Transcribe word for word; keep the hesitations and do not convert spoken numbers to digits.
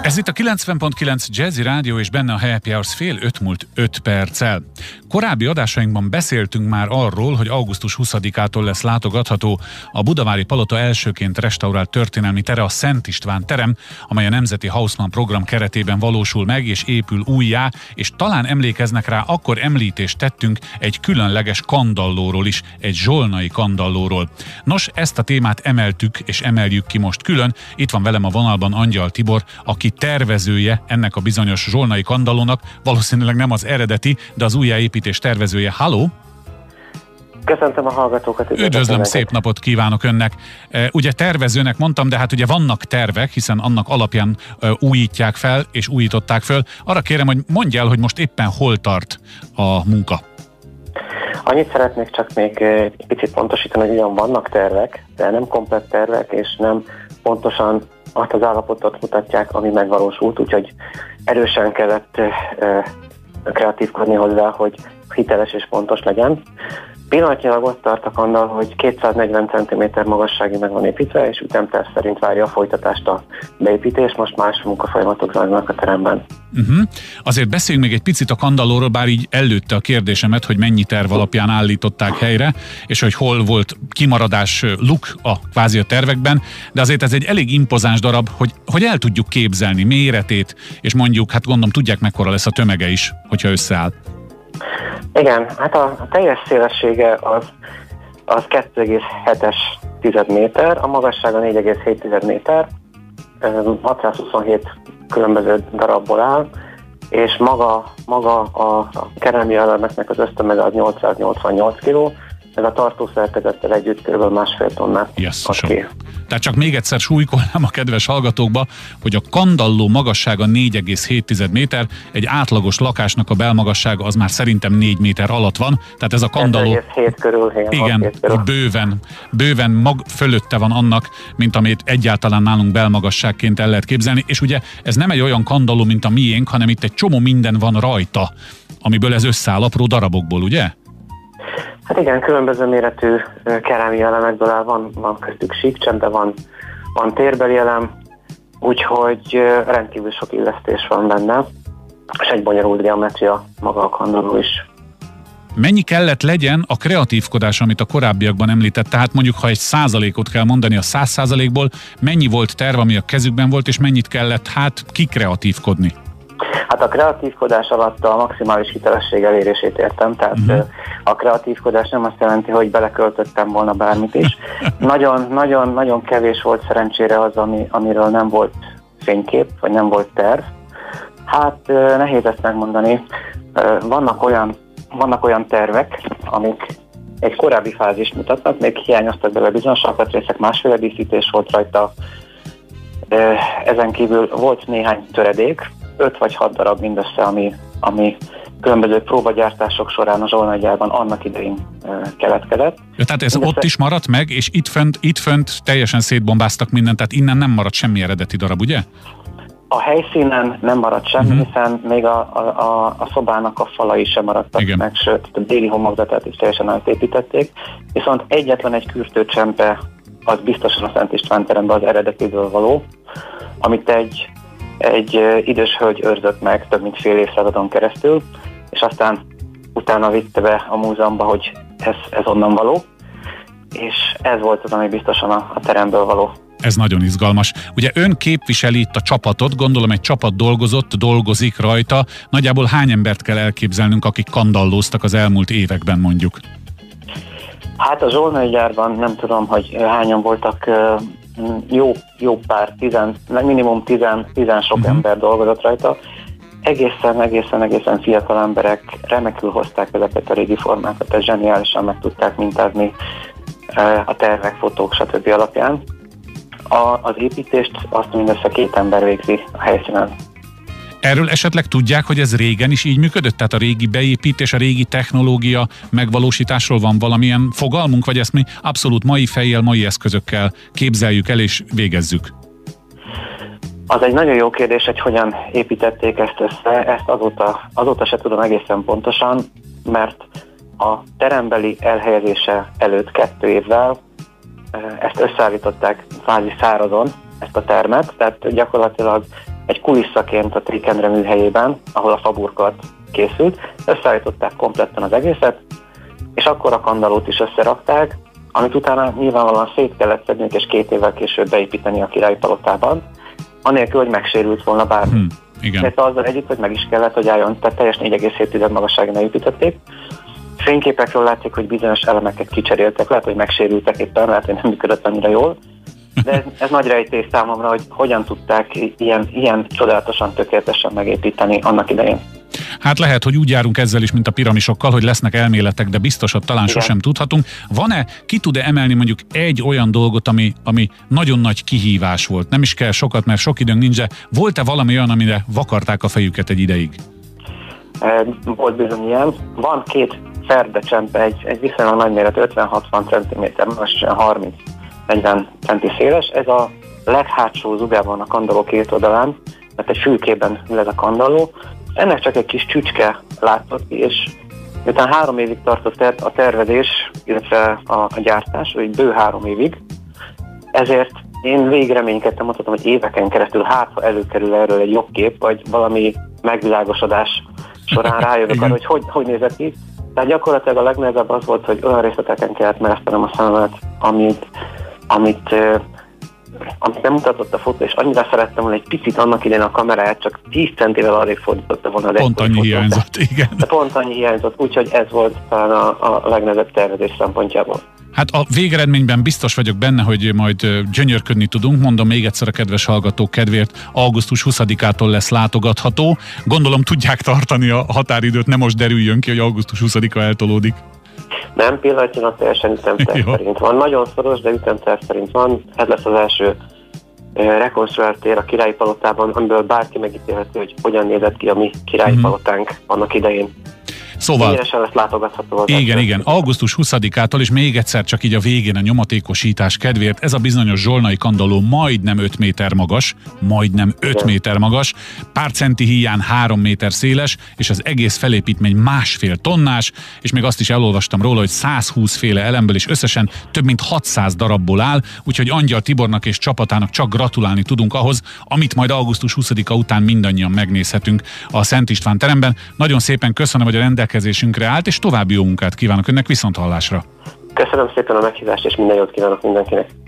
Ez itt a kilencven pont kilenc Jazzy Rádió, és benne a Happy Hours fél öt múlt öt perccel. Korábbi adásainkban beszéltünk már arról, hogy augusztus huszadikától lesz látogatható a Budavári Palota elsőként restaurált történelmi tere, a Szent István terem, amely a Nemzeti Haussmann program keretében valósul meg és épül újjá, és talán emlékeznek rá, akkor említést tettünk egy különleges kandallóról is, egy zsolnai kandallóról. Nos, ezt a témát emeltük és emeljük ki most külön. Itt van velem a vonalban Angyal Tibor, aki tervezője ennek a bizonyos zsolnai kandallónak, valószínűleg nem az eredeti, de az újjáépítés tervezője. Halló! Köszöntöm a hallgatókat. Üdvözlöm, szép napot kívánok önnek. Ugye tervezőnek mondtam, de hát ugye vannak tervek, hiszen annak alapján újítják fel, és újították föl. Arra kérem, hogy mondj el, hogy most éppen hol tart a munka. Annyit szeretnék csak még egy picit pontosítani, hogy ugyan vannak tervek, de nem komplett tervek, és nem pontosan azt az állapotot mutatják, ami megvalósult, úgyhogy erősen kellett kreatívkodni hozzá, hogy hiteles és pontos legyen. Pillanatnyilag ott tartok annal, hogy kétszáznegyven centiméter magasságig meg van építve, és ütemterv szerint várja a folytatást a beépítés, most más munkafolyamatok zajlanak a teremben. Uh-huh. Azért beszéljünk még egy picit a kandallóról, bár így előtte a kérdésemet, hogy mennyi terv alapján állították helyre, és hogy hol volt kimaradás, luk a kvázi a tervekben, de azért ez egy elég impozáns darab, hogy, hogy el tudjuk képzelni méretét, és mondjuk, hát gondolom tudják mekkora lesz a tömege is, hogyha összeáll. Igen, hát a, a teljes szélessége az, az kettő egész hetes méter, a magassága négy egész hét méter, hatszázhuszonhét különböző darabból áll, és maga, maga a, a kerámia elemeknek az össztömege az nyolcszáznyolcvannyolc kiló, ez a tartószerkezettel együtt kb. Másfél tonnát ad ki. Tehát csak még egyszer súlykolnám a kedves hallgatókba, hogy a kandalló magassága négy egész hét méter, egy átlagos lakásnak a belmagassága az már szerintem négy méter alatt van, tehát ez a kandalló... kettő egész hét körül, helyen, igen, körül. bőven, bőven mag fölötte van annak, mint amit egyáltalán nálunk belmagasságként el lehet képzelni, és ugye ez nem egy olyan kandalló, mint a miénk, hanem itt egy csomó minden van rajta, amiből ez összeáll apró darabokból, ugye? Hát igen, különböző méretű kerámia elemekből áll, van, van köztük síkcsend, de van, van térbeli elem, úgyhogy rendkívül sok illesztés van benne, és egy bonyolult geometria maga a kandalló is. Mennyi kellett legyen a kreatívkodás, amit a korábbiakban említett? Tehát mondjuk, ha egy százalékot kell mondani a száz százalékból, mennyi volt terv, ami a kezükben volt, és mennyit kellett hát kikreatívkodni? Hát a kreatívkodás alatt a maximális hitelesség elérését értem, tehát uh-huh. a kreatívkodás nem azt jelenti, hogy beleköltöttem volna bármit is. Nagyon-nagyon kevés volt szerencsére az, ami, amiről nem volt fénykép, vagy nem volt terv. Hát nehéz ezt megmondani. Vannak olyan, vannak olyan tervek, amik egy korábbi fázist mutatnak, még hiányoztak belőle bizonyos alkatrészek, másféle díszítés volt rajta. Ezen kívül volt néhány töredék, öt vagy hat darab mindössze, ami, ami különböző próbagyártások során a zsolnai gyárban annak idején e, keletkezett. Ja, tehát ez mindössze... ott is maradt meg, és itt fönt, itt fönt teljesen szétbombáztak mindent, tehát innen nem maradt semmi eredeti darab, ugye? A helyszínen nem maradt semmi, uh-huh. hiszen még a, a, a szobának a falai sem maradtak igen. meg, sőt, a déli homlokzatát is teljesen átépítették, viszont egyetlen egy kürtőcsempe az biztosan a Szent István teremben az eredetiből való, amit egy egy idős hölgy őrzött meg több mint fél évszázadon keresztül, és aztán utána vitte be a múzeumba, hogy ez, ez onnan való, és ez volt az, ami biztosan a, a teremből való. Ez nagyon izgalmas. Ugye ön képviseli itt a csapatot, gondolom egy csapat dolgozott, dolgozik rajta. Nagyjából hány embert kell elképzelnünk, akik kandallóztak az elmúlt években mondjuk? Hát a zsolnai gyárban nem tudom, hogy hányan voltak, jó, jó pár, tizen, minimum tizen, tizen sok uh-huh. ember dolgozott rajta. Egészen, egészen, egészen fiatal emberek remekül hozták ezeket a régi formákat, tehát zseniálisan meg tudták mintázni a tervek, fotók, stb. Alapján. A, az építést azt mindössze két ember végzi a helyszínen. Erről esetleg tudják, hogy ez régen is így működött? Tehát a régi beépítés, a régi technológia megvalósításról van valamilyen fogalmunk, vagy ezt mi abszolút mai fejjel, mai eszközökkel képzeljük el és végezzük? Az egy nagyon jó kérdés, hogy hogyan építették ezt össze. Ezt azóta, azóta se tudom egészen pontosan, mert a terembeli elhelyezése előtt kettő évvel ezt összeállították kvázi szárazon, ezt a termet, tehát gyakorlatilag egy kuliszaként a Trik-Endre műhelyében, ahol a faburkolat készült, összeállították kompletten az egészet, és akkor a kandallót is összerakták, amit utána nyilvánvalóan szét kellett szednünk, és két évvel később beépíteni a Királyi Palotában, anélkül, hogy megsérült volna bármi. Hmm, igen. De azzal együtt, hogy meg is kellett, hogy álljon, tehát teljes négy egész hét magasságon építették. Fényképekről látszik, hogy bizonyos elemeket kicseréltek, lehet, hogy megsérültek éppen, lehet, hogy nem működött annyira jól, de ez, ez nagy rejtély számomra, hogy hogyan tudták ilyen, ilyen csodálatosan, tökéletesen megépíteni annak idején. Hát lehet, hogy úgy járunk ezzel is, mint a piramisokkal, hogy lesznek elméletek, de biztosat talán igen. sosem tudhatunk. Van-e, ki tud-e emelni mondjuk egy olyan dolgot, ami, ami nagyon nagy kihívás volt? Nem is kell sokat, mert sok időnk nincs, de volt-e valami olyan, amire vakarták a fejüket egy ideig? Volt bizony ilyen. Van két ferdecsempe, egy, egy viszonylag nagy méret, ötven-hatvan centiméter, most harminc-negyven centi széles. Ez a leghátsó zugában a kandalló két oldalán, mert egy fülkében ül ez a kandalló. Ennek csak egy kis csücske látszott ki, és miután három évig tartott a tervezés, illetve a, a gyártás, vagy bő három évig, ezért én végig reménykedtem, mondhatom, hogy éveken keresztül hát, ha előkerül erről egy jobb kép, vagy valami megvilágosodás során rájövök arra, hogy, hogy hogy nézett ki. Tehát gyakorlatilag a legnehezebb az volt, hogy olyan részleteken kellett meresztenem a szememet, amit, amit, amit nem mutatott a fotó, és annyira szerettem volna egy picit annak idején a kameráját, csak tíz centivel arrébb fordította volna. Pont annyi hiányzott, igen. De pont annyi hiányzott, úgyhogy ez volt talán a, a legnehezebb tervezés szempontjából. Hát a végeredményben biztos vagyok benne, hogy majd gyönyörködni tudunk. Mondom még egyszer a kedves hallgatók kedvéért, augusztus huszadikától lesz látogatható. Gondolom tudják tartani a határidőt, nem most derüljön ki, hogy augusztus huszadika eltolódik. Nem, pillanatnyilag teljesen ütemterv szerint van. Nagyon szoros, de ütemterv szerint van. Ez lesz az első rekonstruált tér a Királyi Palotában, amiből bárki megítélhető, hogy hogyan nézett ki a mi Királyi mm-hmm. Palotánk annak idején. Szóval, lesz látogatható. igen, igen, augusztus huszadikától, és még egyszer csak így a végén a nyomatékosítás kedvéért, ez a bizonyos zsolnai kandalló majdnem öt méter magas, majdnem öt igen. méter magas, pár centi híján három méter széles, és az egész felépítmény másfél tonnás, és még azt is elolvastam róla, hogy százhúsz féle elemből és összesen több mint hatszáz darabból áll, úgyhogy Angyal Tibornak és csapatának csak gratulálni tudunk ahhoz, amit majd augusztus huszadika után mindannyian megnézhetünk a Szent István teremben. Nagyon szépen köszönöm, hogy a rendelkezésünkre állt, és további jó munkát kívánok önnek, viszont hallásra. Köszönöm szépen a meghívást, és minden jót kívánok mindenkinek.